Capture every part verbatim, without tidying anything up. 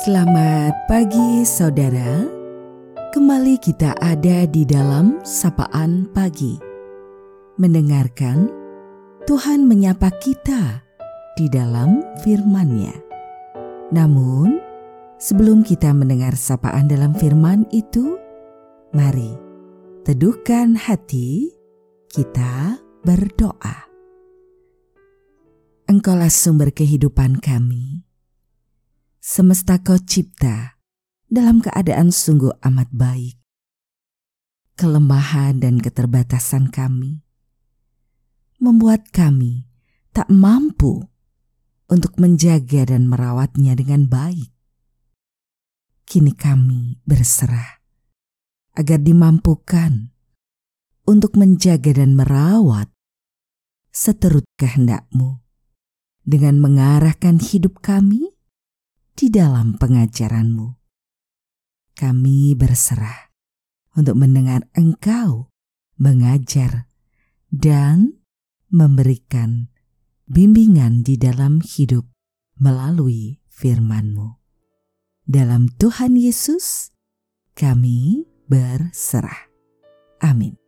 Selamat pagi saudara, kembali kita ada di dalam Sapaan Pagi. Mendengarkan Tuhan menyapa kita di dalam firman-Nya. Namun, sebelum kita mendengar sapaan dalam firman itu, mari teduhkan hati, kita berdoa. Engkaulah sumber kehidupan kami. Semesta Kau cipta dalam keadaan sungguh amat baik. Kelemahan dan keterbatasan kami membuat kami tak mampu untuk menjaga dan merawatnya dengan baik. Kini kami berserah agar dimampukan untuk menjaga dan merawat seturut kehendak-Mu dengan mengarahkan hidup kami di dalam pengajaran-Mu. Kami berserah untuk mendengar Engkau mengajar dan memberikan bimbingan di dalam hidup melalui firman-Mu. Dalam Tuhan Yesus, kami berserah. Amin.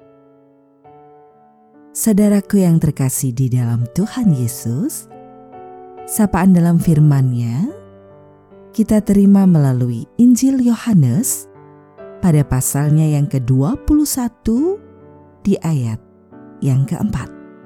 Saudaraku yang terkasih di dalam Tuhan Yesus, sapaan dalam firman-Nya kita terima melalui Injil Yohanes pada pasalnya yang ke dua puluh satu di ayat yang keempat.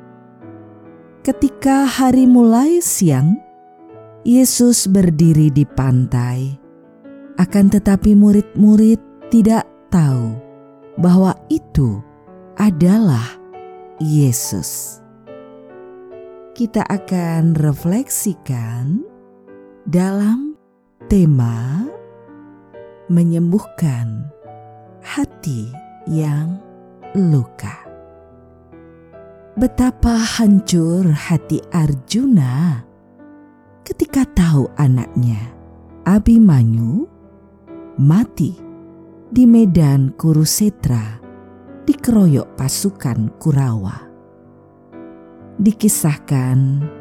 Ketika hari mulai siang, Yesus berdiri di pantai. Akan tetapi murid-murid tidak tahu bahwa itu adalah Yesus. Kita akan refleksikan dalam tema menyembuhkan hati yang luka. Betapa hancur hati Arjuna ketika tahu anaknya Abhimanyu mati di medan Kurusetra dikeroyok pasukan Kurawa. Dikisahkan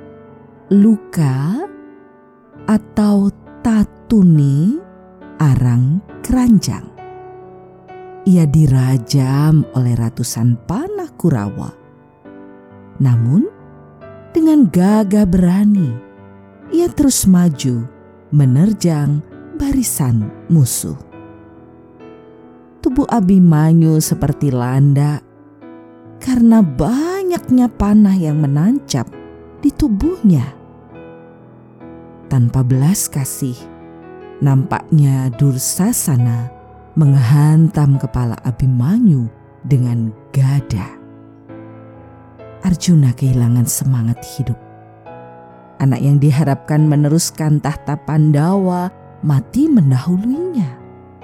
luka atau tatuni arang keranjang. Ia dirajam oleh ratusan panah Kurawa. Namun, dengan gagah berani, ia terus maju menerjang barisan musuh. Tubuh Abhimanyu seperti landak karena banyaknya panah yang menancap di tubuhnya. Tanpa belas kasih, nampaknya Dursasana menghantam kepala Abhimanyu dengan gada. Arjuna kehilangan semangat hidup. Anak yang diharapkan meneruskan tahta Pandawa mati mendahuluinya.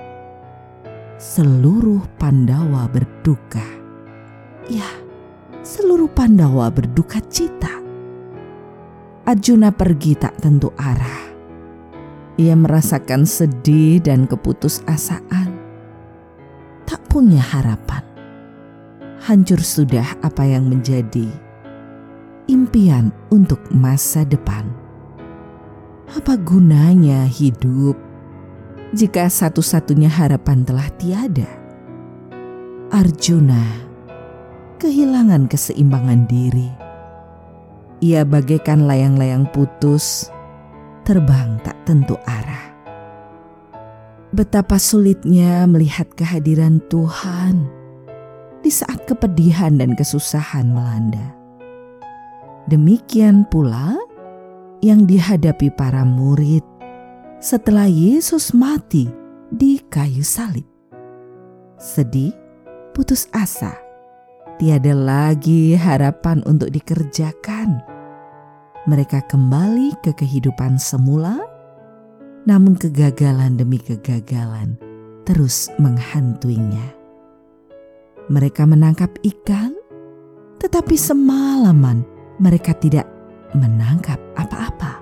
Seluruh Pandawa berduka. Ya, seluruh Pandawa berduka cita. Arjuna pergi tak tentu arah. Ia merasakan sedih dan keputusasaan. Tak punya harapan. Hancur sudah apa yang menjadi impian untuk masa depan. Apa gunanya hidup jika satu-satunya harapan telah tiada? Arjuna kehilangan keseimbangan diri. Ia bagaikan layang-layang putus, terbang tak tentu arah. Betapa sulitnya melihat kehadiran Tuhan di saat kepedihan dan kesusahan melanda. Demikian pula yang dihadapi para murid setelah Yesus mati di kayu salib. Sedih, putus asa, tiada lagi harapan untuk dikerjakan. Mereka kembali ke kehidupan semula, namun kegagalan demi kegagalan terus menghantuinya. Mereka menangkap ikan, tetapi semalaman mereka tidak menangkap apa-apa.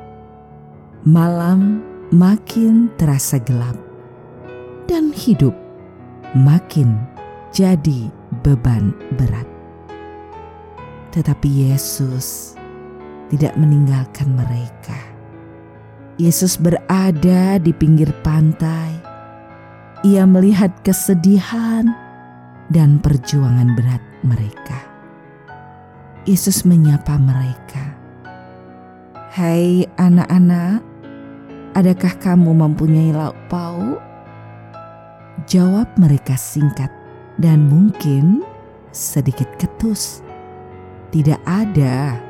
Malam makin terasa gelap, dan hidup makin jadi beban berat. Tetapi Yesus tidak meninggalkan mereka. Yesus berada di pinggir pantai. Ia melihat kesedihan dan perjuangan berat mereka. Yesus menyapa mereka. "Hai anak-anak, adakah kamu mempunyai lauk pauk?" Jawab mereka singkat dan mungkin sedikit ketus. Tidak ada.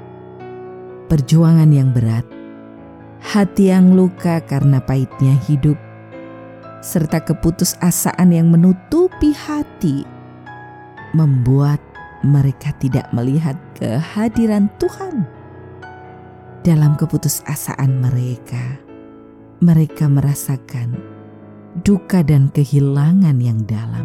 Perjuangan yang berat, hati yang luka karena pahitnya hidup, serta keputusasaan yang menutupi hati membuat mereka tidak melihat kehadiran Tuhan. Dalam keputusasaan mereka, mereka merasakan duka dan kehilangan yang dalam.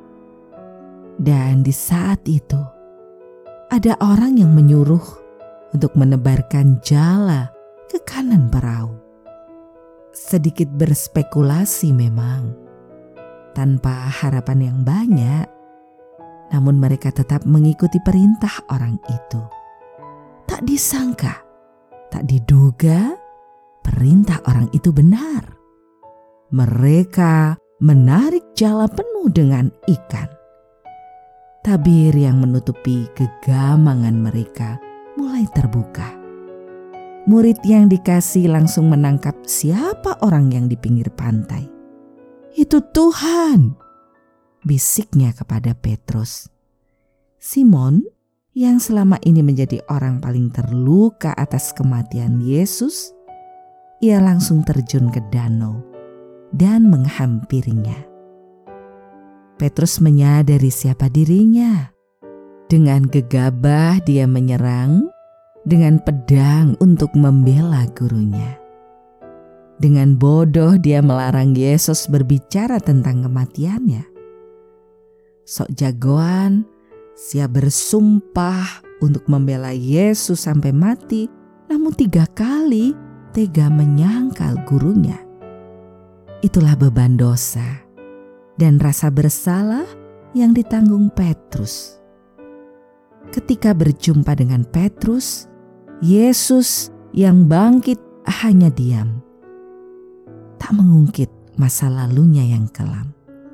Dan di saat itu, ada orang yang menyuruh untuk menebarkan jala ke kanan perahu. Sedikit berspekulasi memang, tanpa harapan yang banyak, namun mereka tetap mengikuti perintah orang itu. Tak disangka, tak diduga, perintah orang itu benar. Mereka menarik jala penuh dengan ikan. Tabir yang menutupi kegamangan mereka mulai terbuka. Murid yang dikasih langsung menangkap siapa orang yang di pinggir pantai. "Itu Tuhan," bisiknya kepada Petrus. Simon yang selama ini menjadi orang paling terluka atas kematian Yesus, ia langsung terjun ke danau dan menghampirinya. Petrus menyadari siapa dirinya. Dengan gegabah dia menyerang dengan pedang untuk membela gurunya. Dengan bodoh dia melarang Yesus berbicara tentang kematiannya. Sok jagoan, siap bersumpah untuk membela Yesus sampai mati, namun tiga kali tega menyangkal gurunya. Itulah beban dosa dan rasa bersalah yang ditanggung Petrus. Ketika berjumpa dengan Petrus, Yesus yang bangkit hanya diam, tak mengungkit masa lalunya yang kelam.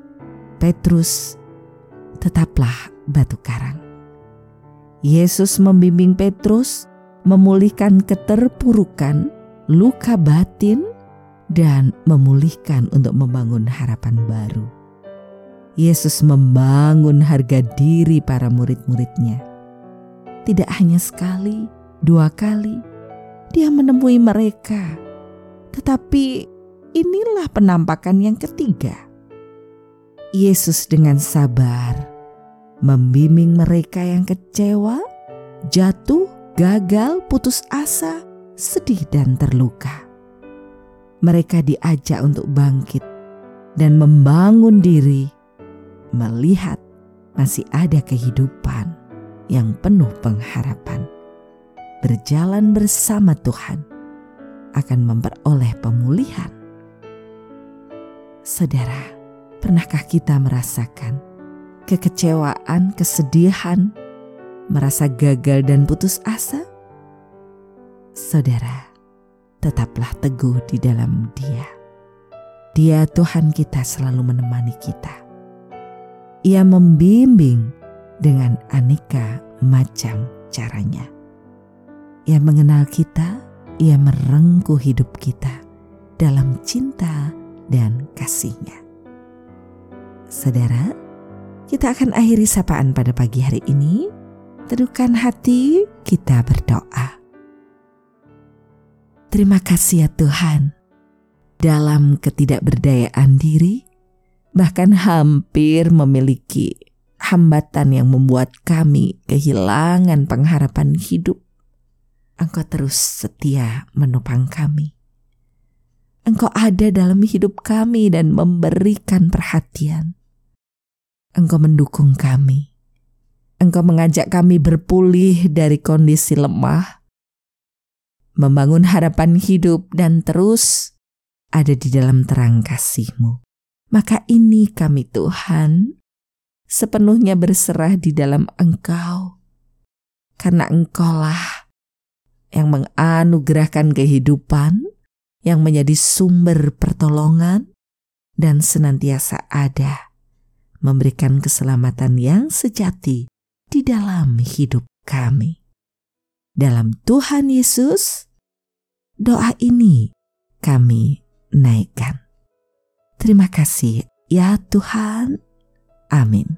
Petrus tetaplah batu karang. Yesus membimbing Petrus memulihkan keterpurukan, luka batin, dan memulihkan untuk membangun harapan baru. Yesus membangun harga diri para murid-muridnya. Tidak hanya sekali, dua kali, dia menemui mereka. Tetapi inilah penampakan yang ketiga. Yesus dengan sabar membimbing mereka yang kecewa, jatuh, gagal, putus asa, sedih dan terluka. Mereka diajak untuk bangkit dan membangun diri, melihat masih ada kehidupan yang penuh pengharapan. Berjalan bersama Tuhan akan memperoleh pemulihan. Saudara, pernahkah kita merasakan kekecewaan, kesedihan, merasa gagal dan putus asa? Saudara, tetaplah teguh di dalam Dia. Dia Tuhan kita selalu menemani kita. Ia membimbing dengan aneka macam caranya. Ia mengenal kita, ia merengkuh hidup kita dalam cinta dan kasih-Nya. Saudara, kita akan akhiri sapaan pada pagi hari ini. Teduhkan hati, kita berdoa. Terima kasih ya Tuhan, dalam ketidakberdayaan diri, bahkan hampir memiliki hambatan yang membuat kami kehilangan pengharapan hidup, Engkau terus setia menopang kami. Engkau ada dalam hidup kami dan memberikan perhatian. Engkau mendukung kami. Engkau mengajak kami berpulih dari kondisi lemah, membangun harapan hidup dan terus ada di dalam terang kasih-Mu. Maka ini kami Tuhan, sepenuhnya berserah di dalam Engkau, karena Engkaulah yang menganugerahkan kehidupan yang menjadi sumber pertolongan dan senantiasa ada, memberikan keselamatan yang sejati di dalam hidup kami. Dalam Tuhan Yesus, doa ini kami naikkan. Terima kasih ya Tuhan. Amin.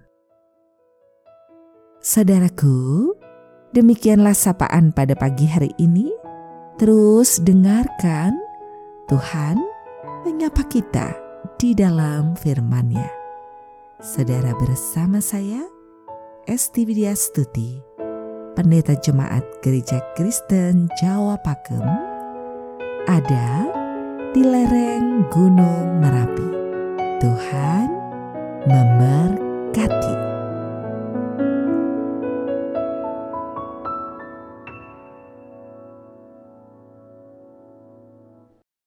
Saudaraku, demikianlah sapaan pada pagi hari ini. Terus dengarkan Tuhan menyapa kita di dalam firman-Nya. Saudara, bersama saya Esti Widyastuti, Pendeta Jemaat Gereja Kristen Jawa Pakem, ada di lereng Gunung Merapi. Tuhan memberkati.